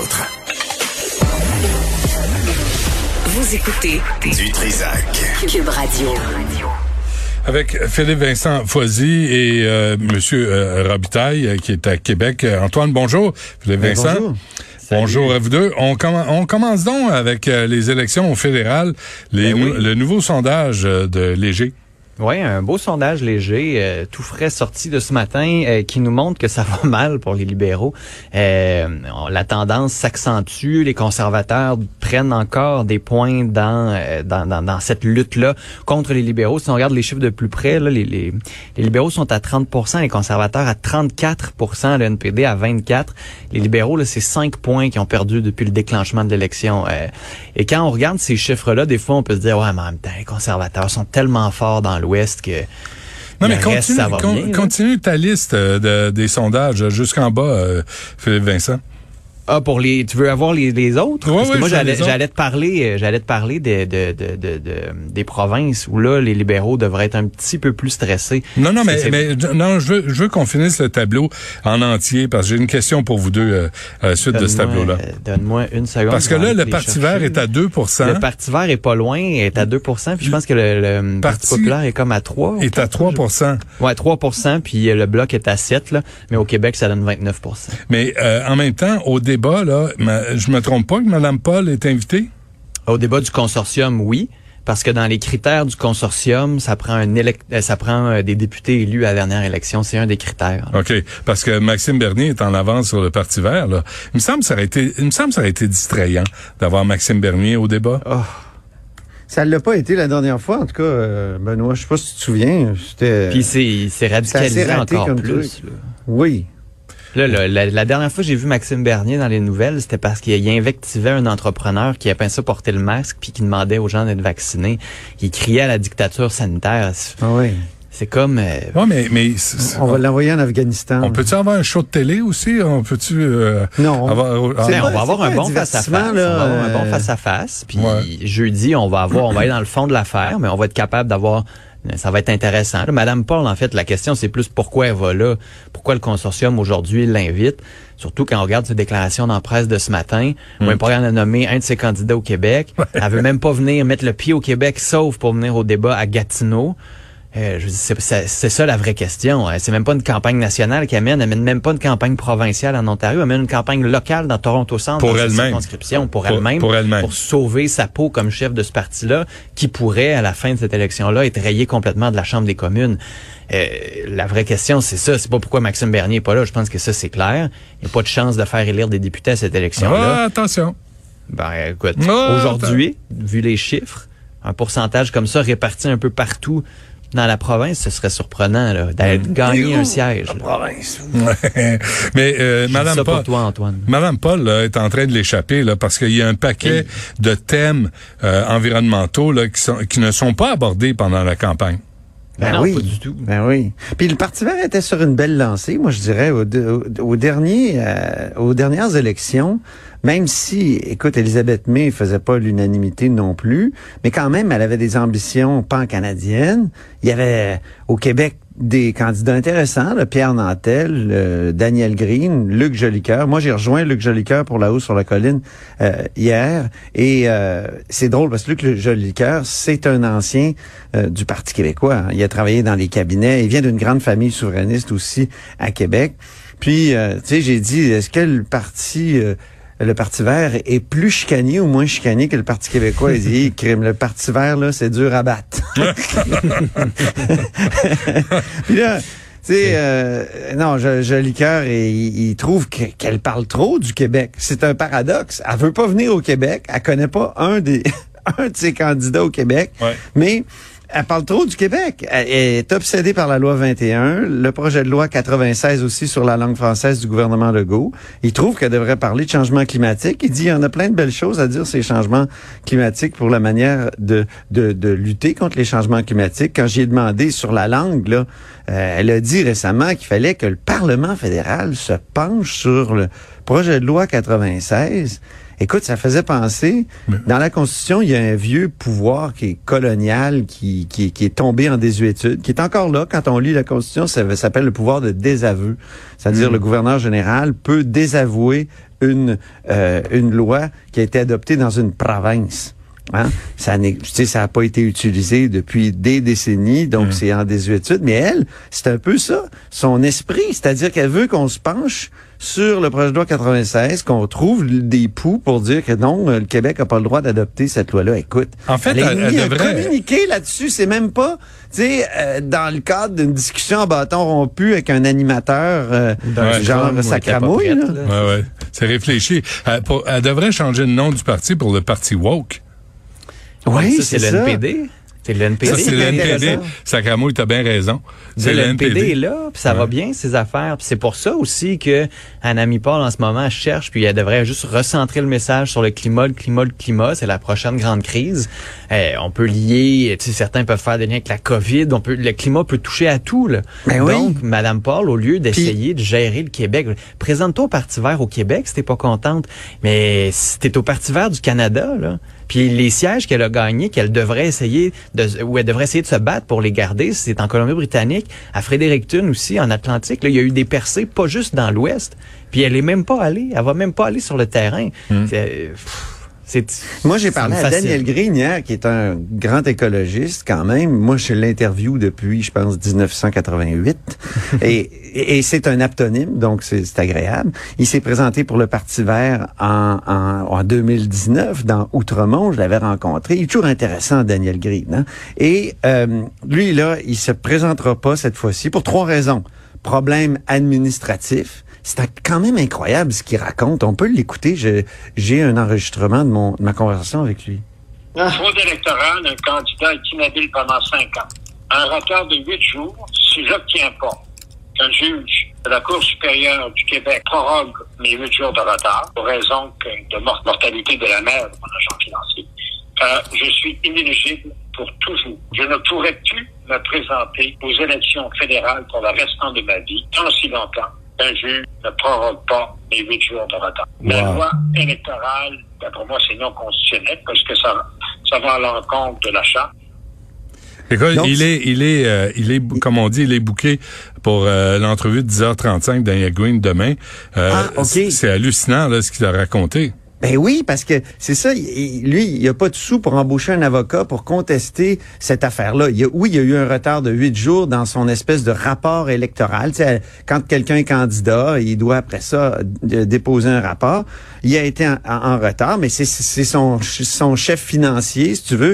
Vous écoutez Du Trizac. Cube Radio. Avec Philippe Vincent Foisy et Monsieur Robitaille qui est à Québec. Antoine, bonjour. Philippe Vincent. Bonjour. Bonjour à vous deux. On commence donc avec les élections fédérales, le nouveau sondage de Léger. Oui, un beau sondage léger, tout frais sorti de ce matin, qui nous montre que ça va mal pour les libéraux. La tendance s'accentue, les conservateurs prennent encore des points dans cette lutte-là contre les libéraux. Si on regarde les chiffres de plus près, là, les libéraux sont à 30%, les conservateurs à 34%, le NPD à 24%. Les libéraux, là, c'est 5 points qu'ils ont perdu depuis le déclenchement de l'élection. Et quand on regarde ces chiffres-là, des fois, on peut se dire, ouais, mais en même temps, les conservateurs sont tellement forts dans l'Ouest que... Non, mais continue ta liste des sondages jusqu'en bas, Philippe Vincent. Ah, tu veux avoir les autres? Oui, parce que moi, j'allais te parler des provinces où là, les libéraux devraient être un petit peu plus stressés. Non, mais je veux qu'on finisse le tableau en entier parce que j'ai une question pour vous deux à la suite de ce tableau-là. Donne-moi une seconde. Parce que là, le Parti vert est à 2%. Le Parti vert est pas loin, est à 2%, puis je pense que le Parti populaire est comme à 3%. Est à 3%. Ouais, 3%, puis le Bloc est à 7%, là, mais au Québec, ça donne 29%. Mais en même temps, au débat, là, je me trompe pas que Mme Paul est invitée? Au débat du consortium, oui. Parce que dans les critères du consortium, ça prend des députés élus à la dernière élection. C'est un des critères. Là. OK. Parce que Maxime Bernier est en avance sur le Parti vert, là. Il me semble que ça aurait été distrayant d'avoir Maxime Bernier au débat. Oh. Ça l'a pas été la dernière fois, en tout cas, Benoît. Je sais pas si tu te souviens. Puis c'est radicalisé encore plus. Oui. Là, la dernière fois que j'ai vu Maxime Bernier dans les nouvelles, c'était parce qu'il invectivait un entrepreneur qui appelait ça porter le masque puis qui demandait aux gens d'être vaccinés. Il criait à la dictature sanitaire. Ah oui. C'est comme... mais on va l'envoyer en Afghanistan. On peut-tu avoir un show de télé aussi? On peut-tu non. On va avoir un bon face-à-face. On va avoir un bon face-à-face. Puis jeudi, on va aller dans le fond de l'affaire, mais on va être capable d'avoir... Ça va être intéressant. Là, Madame Paul, en fait, la question, c'est plus pourquoi elle va là, pourquoi le consortium aujourd'hui l'invite. Surtout quand on regarde ses déclarations dans la presse de ce matin, où elle pourrait en nommer un de ses candidats au Québec. Elle veut même pas venir mettre le pied au Québec, sauf pour venir au débat à Gatineau. Je dis, c'est ça la vraie question. C'est même pas une campagne nationale qu'elle mène. Elle mène même pas une campagne provinciale en Ontario. Elle mène une campagne locale dans Toronto-Centre. Pour elle-même. Pour elle-même. Pour sauver sa peau comme chef de ce parti-là, qui pourrait, à la fin de cette élection-là, être rayé complètement de la Chambre des communes. La vraie question, c'est ça. C'est pas pourquoi Maxime Bernier est pas là. Je pense que ça, c'est clair. Il n'y a pas de chance de faire élire des députés à cette élection-là. Attention. Écoute, aujourd'hui, vu les chiffres, un pourcentage comme ça réparti un peu partout dans la province, ce serait surprenant là, d'être gagné un siège. La province. Mais Madame Paul, pour toi, Antoine. Madame Paul là, est en train de l'échapper là, parce qu'il y a un paquet de thèmes environnementaux là, qui ne sont pas abordés pendant la campagne. Ben non, oui, pas du tout. Ben oui. Puis le Parti vert était sur une belle lancée, moi je dirais, aux dernières élections, même si, écoute, Elisabeth May faisait pas l'unanimité non plus, mais quand même, elle avait des ambitions pan-canadiennes. Il y avait au Québec des candidats intéressants, là, Pierre Nantel, Daniel Green, Luc Jolicoeur. Moi, j'ai rejoint Luc Jolicoeur pour La Haut sur la colline hier. Et c'est drôle parce que Luc Jolicoeur, c'est un ancien du Parti québécois. Hein. Il a travaillé dans les cabinets. Il vient d'une grande famille souverainiste aussi à Québec. Puis, tu sais, j'ai dit, est-ce que le Parti vert est plus chicané ou moins chicané que le Parti québécois? Il dit, crime, le Parti vert, là, c'est dur à battre. Puis là, tu sais, non, Jolicoeur, il trouve qu'elle parle trop du Québec. C'est un paradoxe. Elle veut pas venir au Québec. Elle connaît pas un de ses candidats au Québec. Ouais. Mais elle parle trop du Québec. Elle est obsédée par la loi 21, le projet de loi 96 aussi sur la langue française du gouvernement Legault. Il trouve qu'elle devrait parler de changement climatique. Il dit, il y en a plein de belles choses à dire, ces changements climatiques, pour la manière de lutter contre les changements climatiques. Quand j'y ai demandé sur la langue, là, elle a dit récemment qu'il fallait que le Parlement fédéral se penche sur le projet de loi 96, écoute, ça faisait penser, dans la Constitution, il y a un vieux pouvoir qui est colonial, qui est tombé en désuétude, qui est encore là. Quand on lit la Constitution, ça s'appelle le pouvoir de désaveu. C'est-à-dire le gouverneur général peut désavouer une loi qui a été adoptée dans une province. Hein? Ça n'a pas été utilisé depuis des décennies, donc c'est en désuétude. Mais elle, c'est un peu ça, son esprit. C'est-à-dire qu'elle veut qu'on se penche sur le projet de loi 96, qu'on trouve des poux pour dire que non, le Québec n'a pas le droit d'adopter cette loi-là. Écoute, en fait, elle devrait communiquer là-dessus. C'est même pas, tu sais, dans le cadre d'une discussion en bâton rompu avec un animateur genre Sacramouille. Ouais. C'est réfléchi. Elle devrait changer le nom du parti pour le parti woke. Oui, ça, c'est le NPD. C'est le NPD. Ça, c'est le NPD. Sacramouille, t'as bien raison. C'est le NPD est là, puis ça va bien, ses affaires. Puis c'est pour ça aussi que Anami Paul, en ce moment, elle cherche, puis elle devrait juste recentrer le message sur le climat. C'est la prochaine grande crise. On peut lier, tu sais, certains peuvent faire des liens avec la COVID. Le climat peut toucher à tout, là. Donc, Madame Paul, au lieu d'essayer de gérer le Québec, présente-toi au Parti vert au Québec si t'es pas contente. Mais si t'es au Parti vert du Canada, là, puis les sièges qu'elle a gagnés, qu'elle devrait essayer de se battre pour les garder, c'est en Colombie-Britannique, à Fredericton aussi, en Atlantique. Là, il y a eu des percées, pas juste dans l'Ouest. Puis elle est même pas allée. Elle va même pas aller sur le terrain. Moi, j'ai parlé à Daniel Green hier, qui est un grand écologiste quand même. Moi, je l'interview depuis, je pense, 1988. et c'est un aptonyme, donc c'est agréable. Il s'est présenté pour le Parti vert en 2019 dans Outremont. Je l'avais rencontré. Il est toujours intéressant, Daniel Green. Hein? Et lui, là, il se présentera pas cette fois-ci pour 3 raisons. Problème administratif. C'est quand même incroyable ce qu'il raconte. On peut l'écouter. J'ai un enregistrement de ma conversation avec lui. Fraude électorale, un candidat est inhabile pendant 5 ans. Un retard de 8 jours, si j'obtiens pas qu'un juge de la Cour supérieure du Québec prorogue mes 8 jours de retard, pour raison de mortalité de la mère de mon agent financier, je suis inéligible pour toujours. Je ne pourrai plus me présenter aux élections fédérales pour le restant de ma vie, tant si longtemps qu'un juge ne prorogue pas mes 8 jours de retard. La loi électorale, pour moi, c'est non constitutionnel parce que ça va à l'encontre de la Charte. Écoute, donc, il est, comme on dit, il est booké pour l'entrevue de 10h35 Daniel Green demain. C'est hallucinant là, ce qu'il a raconté. Ben oui, parce que c'est ça, lui, il a pas de sous pour embaucher un avocat pour contester cette affaire-là. Il y a eu un retard de 8 jours dans son espèce de rapport électoral. Tu sais, quand quelqu'un est candidat, il doit après ça déposer un rapport. Il a été en retard, mais c'est son chef financier, si tu veux,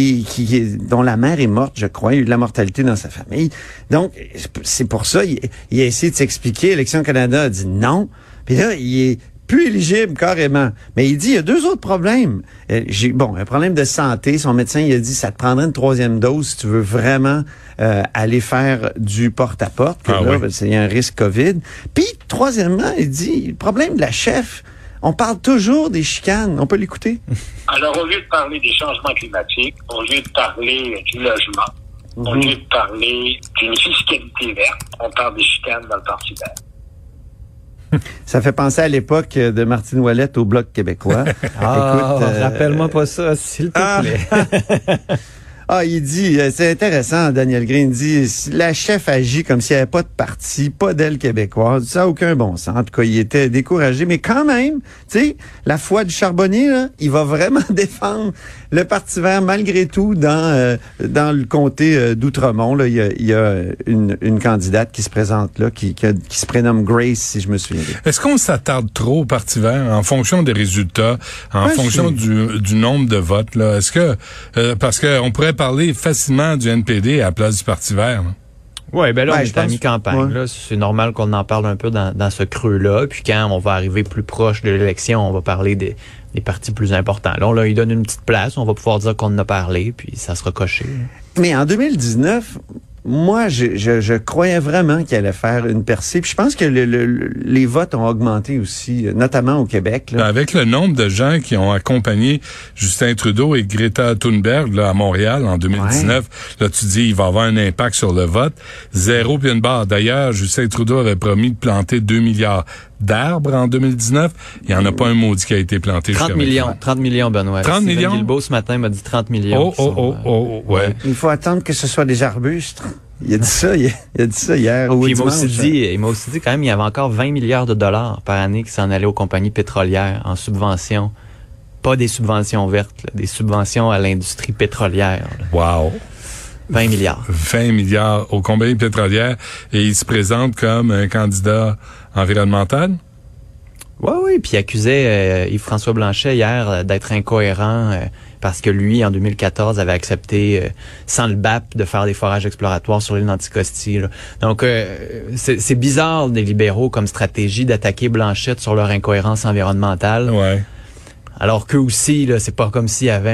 dont la mère est morte, je crois. Il y a eu de la mortalité dans sa famille. Donc, c'est pour ça, il a essayé de s'expliquer. Élection Canada a dit non. Puis là, il est plus éligible carrément. Mais il dit, il y a 2 autres problèmes. Un problème de santé. Son médecin, il a dit, ça te prendrait une 3e dose si tu veux vraiment aller faire du porte-à-porte. C'est un risque COVID. Puis, troisièmement, il dit, le problème de la chef, on parle toujours des chicanes. On peut l'écouter? Alors, au lieu de parler des changements climatiques, au lieu de parler du logement, au lieu de parler d'une fiscalité verte, on parle des chicanes dans le Parti vert. Ça fait penser à l'époque de Martine Ouellette au Bloc québécois. Rappelle-moi pas ça, s'il te plaît. Il dit, c'est intéressant, Daniel Green dit, la chef agit comme s'il n'y avait pas de parti, pas d'aile québécoise. Ça n'a aucun bon sens. En tout cas, il était découragé. Mais quand même, tu sais, la foi du charbonnier, là, il va vraiment défendre le Parti vert malgré tout dans le comté d'Outremont. Là, il y a une candidate qui se présente là, qui se prénomme Grace, si je me souviens bien. Est-ce qu'on s'attarde trop au Parti vert en fonction des résultats, en fonction du nombre de votes? Là? Est-ce que parce que on pourrait parler facilement du NPD à la place du Parti vert. Oui, ben là, on est à mi-campagne. Là, c'est normal qu'on en parle un peu dans ce creux-là. Puis quand on va arriver plus proche de l'élection, on va parler des partis plus importants. Là, il donne une petite place. On va pouvoir dire qu'on en a parlé, puis ça sera coché. Mais en 2019... Moi, je croyais vraiment qu'il allait faire une percée. Puis je pense que les votes ont augmenté aussi, notamment au Québec. Là. Avec le nombre de gens qui ont accompagné Justin Trudeau et Greta Thunberg là, à Montréal en 2019, là tu dis il va avoir un impact sur le vote. 0 puis une barre. D'ailleurs, Justin Trudeau avait promis de planter 2 milliards d'arbres en 2019. Il n'y en a pas un maudit qui a été planté. 30 millions, Benoît. 30 millions? Steven Guilbeault, ce matin, m'a dit 30 millions. Ouais. Il faut attendre que ce soit des arbustes. Il a dit ça, il a dit ça hier. Puis il m'a aussi dit quand même, il y avait encore 20 milliards de dollars par année qui s'en allaient aux compagnies pétrolières en subventions. Pas des subventions vertes, là, des subventions à l'industrie pétrolière. Là. Wow. 20 milliards. 20 milliards aux compagnies pétrolières et il se présente comme un candidat environnemental? Oui, puis il accusait Yves-François Blanchet hier d'être incohérent parce que lui, en 2014, avait accepté, sans le BAP, de faire des forages exploratoires sur l'île d'Anticosti. Là. Donc, c'est bizarre des libéraux comme stratégie d'attaquer Blanchette sur leur incohérence environnementale. Ouais. Alors qu'eux aussi, là, c'est pas comme s'il y avait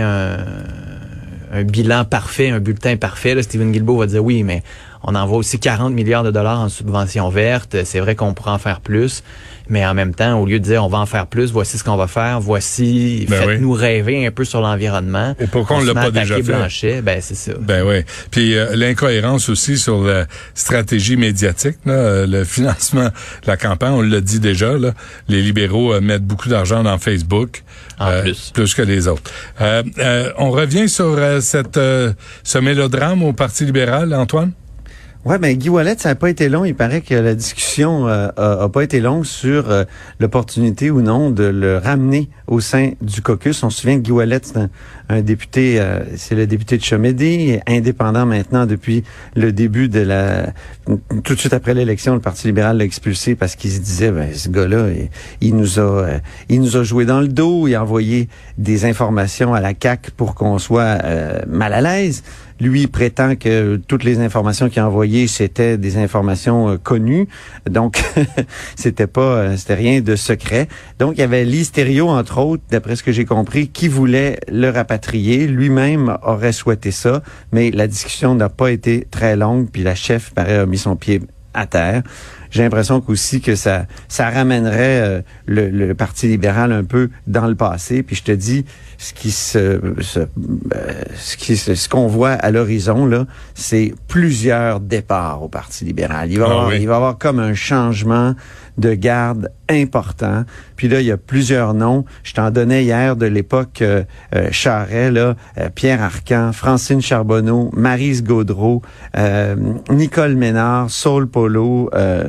un bilan parfait, un bulletin parfait. Là, Steven Guilbeault va dire oui, mais on envoie aussi 40 milliards de dollars en subventions vertes. C'est vrai qu'on pourrait en faire plus. Mais en même temps, au lieu de dire on va en faire plus, voici ce qu'on va faire, voici, faites-nous rêver un peu un peu l'environnement. Et pourquoi on l'a pas déjà fait? Blanchet, c'est ça. Oui. Puis l'incohérence aussi sur la stratégie médiatique, là, le financement de la campagne, on l'a dit déjà, là, les libéraux mettent beaucoup d'argent dans Facebook. Plus que les autres. On revient sur ce mélodrame au Parti libéral, Antoine? Ouais, Guy Ouellet, ça n'a pas été long. Il paraît que la discussion a pas été longue sur l'opportunité ou non de le ramener au sein du caucus. On se souvient que Guy Ouellet, c'est un député, c'est le député de Chomédé, indépendant maintenant depuis le début de tout de suite après l'élection, le Parti libéral l'a expulsé parce qu'il se disait, ce gars-là, il nous a joué dans le dos, il a envoyé des informations à la CAQ pour qu'on soit mal à l'aise. Lui prétend que toutes les informations qu'il a envoyées, c'était des informations connues. Donc, c'était rien de secret. Donc, il y avait Lise Thériault, entre autres, d'après ce que j'ai compris, qui voulait le rapatrier. Lui-même aurait souhaité ça, mais la discussion n'a pas été très longue, puis la chef, paraît, a mis son pied à terre. J'ai l'impression qu'aussi que ça ramènerait le Parti libéral un peu dans le passé. Puis je te dis, ce qu'on voit à l'horizon là, c'est plusieurs départs au Parti libéral. Il va y avoir comme un changement de garde important. Puis là, il y a plusieurs noms. Je t'en donnais hier de l'époque Charest, là, Pierre Arcan, Francine Charbonneau, Maryse Gaudreault, Nicole Ménard, Saul Polo,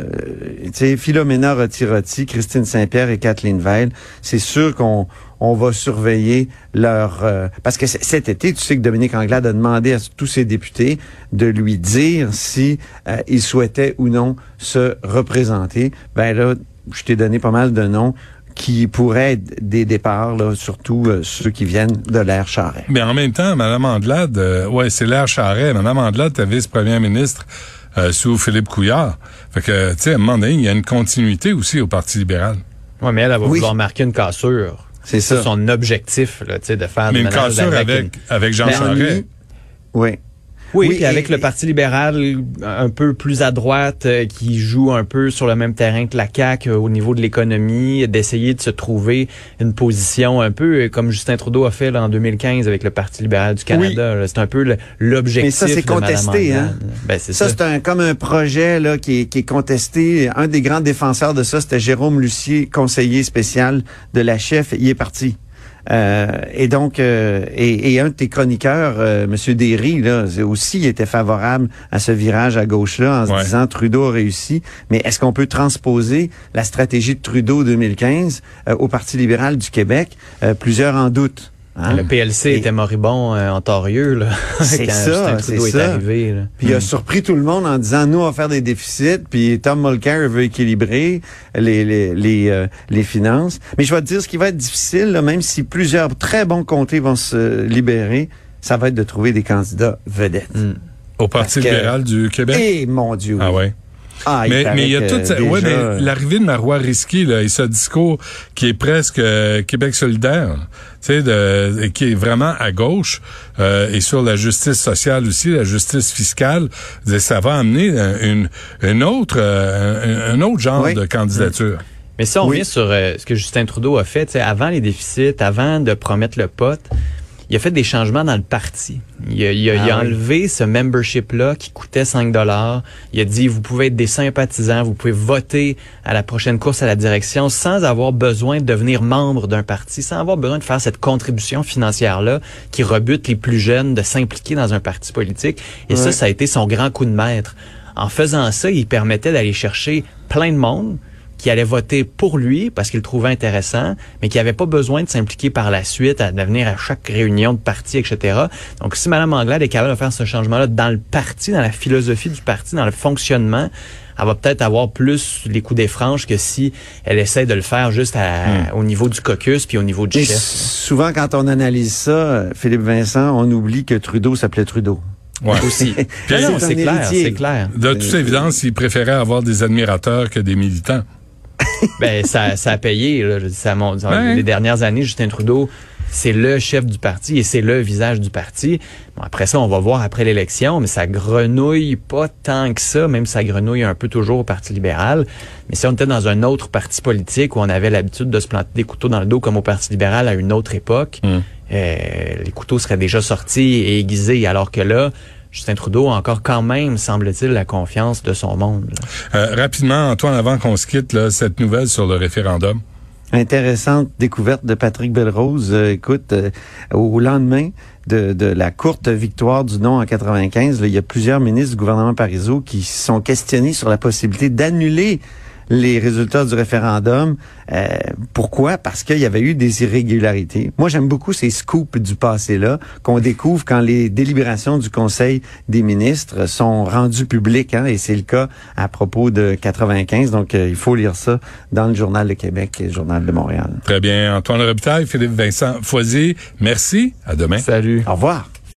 Philomena Roti-Roti, Christine Saint-Pierre et Kathleen Veil. C'est sûr qu'on va surveiller parce que cet été, tu sais que Dominique Anglade a demandé à tous ses députés de lui dire si ils souhaitaient ou non se représenter. Là, je t'ai donné pas mal de noms qui pourraient être des départs, là, surtout ceux qui viennent de l'ère Charest. Mais en même temps, Mme Anglade, c'est l'ère Charest. Mme Anglade était vice-première ministre sous Philippe Couillard. Fait que, tu sais, à un moment donné, il y a une continuité aussi au Parti libéral. Oui, mais elle va vouloir marquer une cassure. C'est ça. Son objectif, là, tu sais, de faire... Mais une cassure avec Jean Charest. Oui, puis avec le Parti libéral un peu plus à droite, qui joue un peu sur le même terrain que la CAQ au niveau de l'économie, d'essayer de se trouver une position un peu comme Justin Trudeau a fait là, en 2015 avec le Parti libéral du Canada. Là. C'est un peu l'objectif. Mais ça, c'est contesté, hein? C'est comme un projet là qui est contesté. Un des grands défenseurs de ça, c'était Jérôme Lucier, conseiller spécial de la chef. Il est parti. Et donc, et un de tes chroniqueurs, Monsieur Derry, là, aussi était favorable à ce virage à gauche-là en se disant Trudeau a réussi. Mais est-ce qu'on peut transposer la stratégie de Trudeau 2015 au Parti libéral du Québec? Plusieurs en doutent. Hein? Le PLC était moribond en Torieux, là, c'est quand ça, Justin Trudeau est arrivé. Là. Puis il a surpris tout le monde en disant, nous, on va faire des déficits, puis Tom Mulcair veut équilibrer les finances. Mais je vais te dire, ce qui va être difficile, là, même si plusieurs très bons comtés vont se libérer, ça va être de trouver des candidats vedettes. Au Parti libéral du Québec? Eh, mon Dieu! Ah ouais. Mais il y a toute mais l'arrivée de Marois Risky là et ce discours qui est presque Québec solidaire, tu sais, qui est vraiment à gauche et sur la justice sociale aussi, la justice fiscale, ça va amener un autre genre de candidature. Mais si on revient sur ce que Justin Trudeau a fait, avant les déficits, avant de promettre le pot, il a fait des changements dans le parti. Il a enlevé ce membership-là qui coûtait 5$. Il a dit, vous pouvez être des sympathisants, vous pouvez voter à la prochaine course à la direction sans avoir besoin de devenir membre d'un parti, sans avoir besoin de faire cette contribution financière-là qui rebute les plus jeunes de s'impliquer dans un parti politique. Et ça a été son grand coup de maître. En faisant ça, il permettait d'aller chercher plein de monde qui allait voter pour lui parce qu'il le trouvait intéressant, mais qui n'avait pas besoin de s'impliquer par la suite, à venir à chaque réunion de parti, etc. Donc, si Mme Anglade est capable de faire ce changement-là dans le parti, dans la philosophie du parti, dans le fonctionnement, elle va peut-être avoir plus les coups des franges que si elle essaie de le faire juste au niveau du caucus puis au niveau du chef. Souvent, quand on analyse ça, Philippe Vincent, on oublie que Trudeau s'appelait Trudeau. Ouais. Aussi. Puis, non, c'est clair, c'est clair. De toute évidence, il préférait avoir des admirateurs que des militants. Ben ça a payé là, ça monte. Les dernières années, Justin Trudeau, c'est le chef du parti et c'est le visage du parti. Bon, après ça, on va voir après l'élection, mais ça grenouille pas tant que ça, même ça grenouille un peu toujours au Parti libéral. Mais si on était dans un autre parti politique où on avait l'habitude de se planter des couteaux dans le dos comme au Parti libéral à une autre époque, les couteaux seraient déjà sortis et aiguisés, alors que là, Justin Trudeau a encore quand même, semble-t-il, la confiance de son monde. Rapidement, Antoine, avant qu'on se quitte, là, cette nouvelle sur le référendum. Intéressante découverte de Patrick Belrose. Écoute, au lendemain de la courte victoire du non en 95, là, il y a plusieurs ministres du gouvernement Parizeau qui sont questionnés sur la possibilité d'annuler les résultats du référendum. Pourquoi? Parce qu'il y avait eu des irrégularités. Moi, j'aime beaucoup ces scoops du passé-là qu'on découvre quand les délibérations du Conseil des ministres sont rendues publiques, hein, et c'est le cas à propos de 95. Donc, il faut lire ça dans le Journal de Québec et le Journal de Montréal. Très bien. Antoine Robitaille, Philippe Vincent Foisy, merci. À demain. Salut. Au revoir.